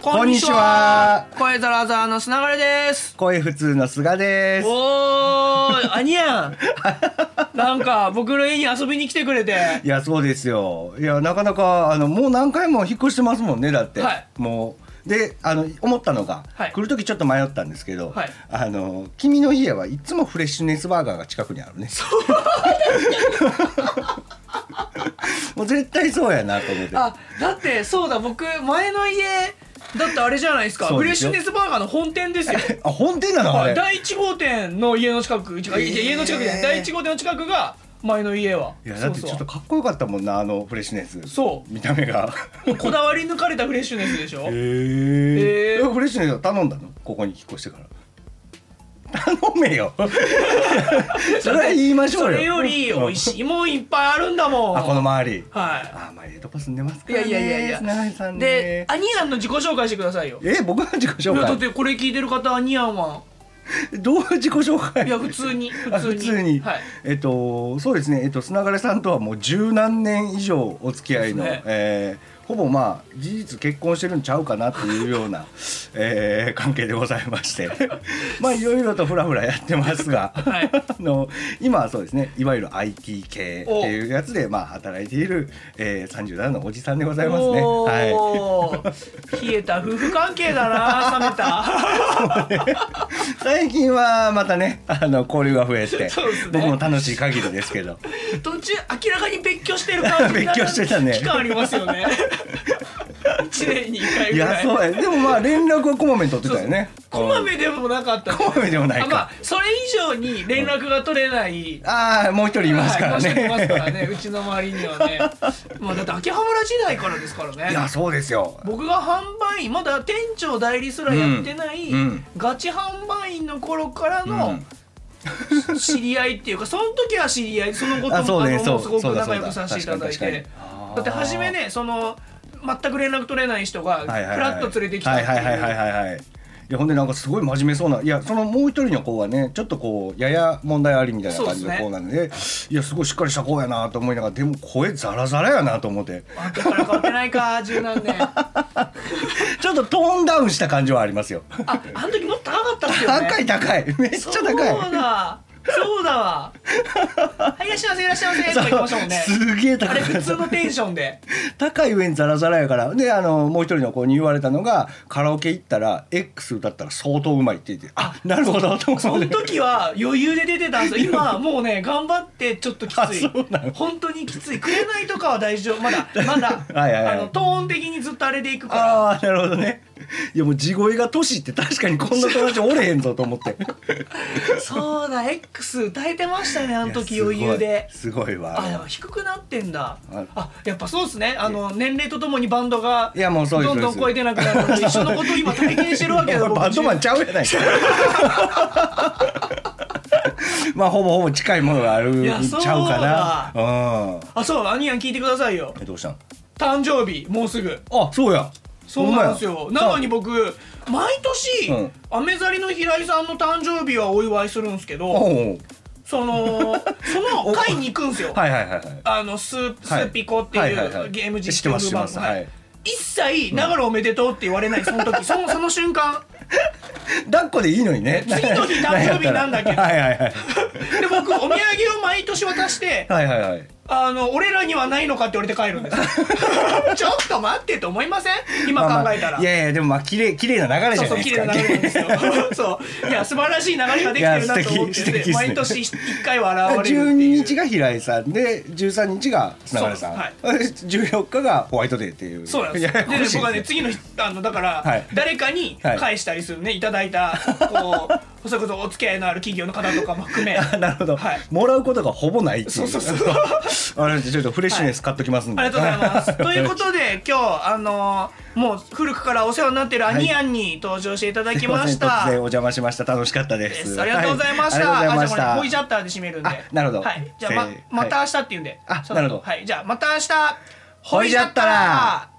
こんにちは。声ザラザラの砂がれです。 声普通の菅です。 おー、兄やん。なんか僕の家に遊びに来てくれて。 いや、そうですよ。いや、なかなかもう何回も引っ越してますもんね。だって、はい、もうで思ったのが、はい、来る時ちょっと迷ったんですけど、はい、君の家はいつもフレッシュネスバーガーが近くにあるね。そうもう絶対そうやなと思って。 あ、だってそうだ、僕前の家だってあれじゃないですか、フレッシュネスバーガーの本店ですよ。 あ、本店なのあれ。 第1号店の家の近く、家の近くで第1号店の近くが前の家は。 いや、だってちょっとかっこよかったもんな、フレッシュネス。 そう見た目がこだわり抜かれたフレッシュネスでしょ。 フレッシュネス頼んだの？ここに引っ越してから頼めよ。それは言いましょうよ。 それより美味しいもんいっぱいあるんだもん。 あ、この周り。 はい。 あ、まあ、とこ住んでますからね。 いや長井さんね。 で、アニヤンの自己紹介してくださいよ。 僕の自己紹介。 いや、だってこれ聞いてる方、アニヤンはどういう自己紹介？ いや、普通に。 はい。そうですね。砂枯さんとはもう十何年以上お付き合いの、ほぼまあ事実結婚してるんちゃうかなっていうような、関係でございましてまあいろいろとフラフラやってますが、はい、今はそうですね、いわゆる IT 系っていうやつでまあ働いている、37のおじさんでございますね。はい、 冷えた夫婦関係だな。冷めた最近はまたね、交流が増えて、 そうですね、 僕も楽しい限りですけど、 途中明らかに別居してる感じ。 別居してたね。 期間ありますよね。1年に1回ぐらい。 いや、そうや。でもまあ連絡はこまめに取ってたよね。 こまめでもなかった。 こまめでもないか。 まあそれ以上に連絡が取れない。 ああ、もう一人いますからね。 もう一人いますからね。うちの周りにはね。まあだって秋葉原時代からですからね。 いや、そうですよ。 僕が販売員、まだ店長代理すらやってないガチ販売員の頃からの知り合いっていうか、その時は知り合い、その後もすごく仲良くさせていただいて。だって初めね、全く連絡取れない人がフラッと連れてきたっていう。 いや、ほんでなんかすごい真面目そうな、いや、そのもう一人の子はね、ちょっとこうやや問題ありみたいな感じの子なんで、いや、すごいしっかりした子やなと思いながら、でも声ザラザラやなと思って。 あんたから変わってないか、十何年。 ちょっとトーンダウンした感じはありますよ。 あの時もっと高かったっすよね。 高い、めっちゃ高い。 そうだわ。はい、いらっしゃいませ、いらっしゃいませとか言ってましたもんね。 すげえ高い。 あれ普通のテンションで。 高い上にザラザラやから。で、もう一人の子に言われたのが、カラオケ行ったら X 歌ったら相当うまいって言って、あ、なるほどと思って。 その時は余裕で出てたんですよ。今もうね、頑張ってちょっときつい。本当にきつい。くれないとかは大丈夫。まだトーン的にずっとあれでいくから。 ああ、なるほどね。いや、もう地声が年って確かにこんな友達おれへんぞと思って。 そうだ、 X 歌えてましたね、あの時余裕で。 すごいわ。 あ、低くなってんだ。あ、やっぱそうですね。年齢とともにバンドがどんどん超えてなくなるので、一緒のことを今体験してるわけだ。 バンドマンちゃうやないか。まあほぼ近いものがあるんちゃうかな。 あ、そう、アニヤン聞いてくださいよ。 どうしたん？ 誕生日もうすぐ。 あ、そうや。 そうなんですよ。なのに僕毎年アメザリの平井さんの誕生日はお祝いするんですけど、その会に行くんですよ。スピコっていうゲーム実況番組。一切長野おめでとうって言われない。その時その瞬間。 抱っこでいいのにね。 次の日誕生日なんだけど。で、僕お土産を毎年渡して、俺らにはないのかって言われて帰るんですちょっと待ってと思いません？今考えたら。 いやいや、でもまあ綺麗な流れじゃないですか。 そう、綺麗な流れなんですよ。そう、いや、素晴らしい流れができてるなと思ってて、毎年1回は現れるっていう。12日が平井さんで、13日が砂原さん、14日がホワイトデーっていう。 そうなんです。で、僕はね、次の日だから誰かに返したりするね、いただいたこうそれこそお付き合いのある企業の方とかも含め。 なるほど。もらうことがほぼないっていう。 そう。 ちょっとフレッシュネス買っときますんで。 ありがとうございます。ということで今日もう古くからお世話になっているアニヤンに登場していただきました。 突然お邪魔しました。楽しかったです。 ありがとうございました。じゃあホイジャッターで締めるんで。 なるほど。 はい。じゃあまた明日って言うんで。 なるほど。 はい。じゃあまた明日。 ホイジャッタラー。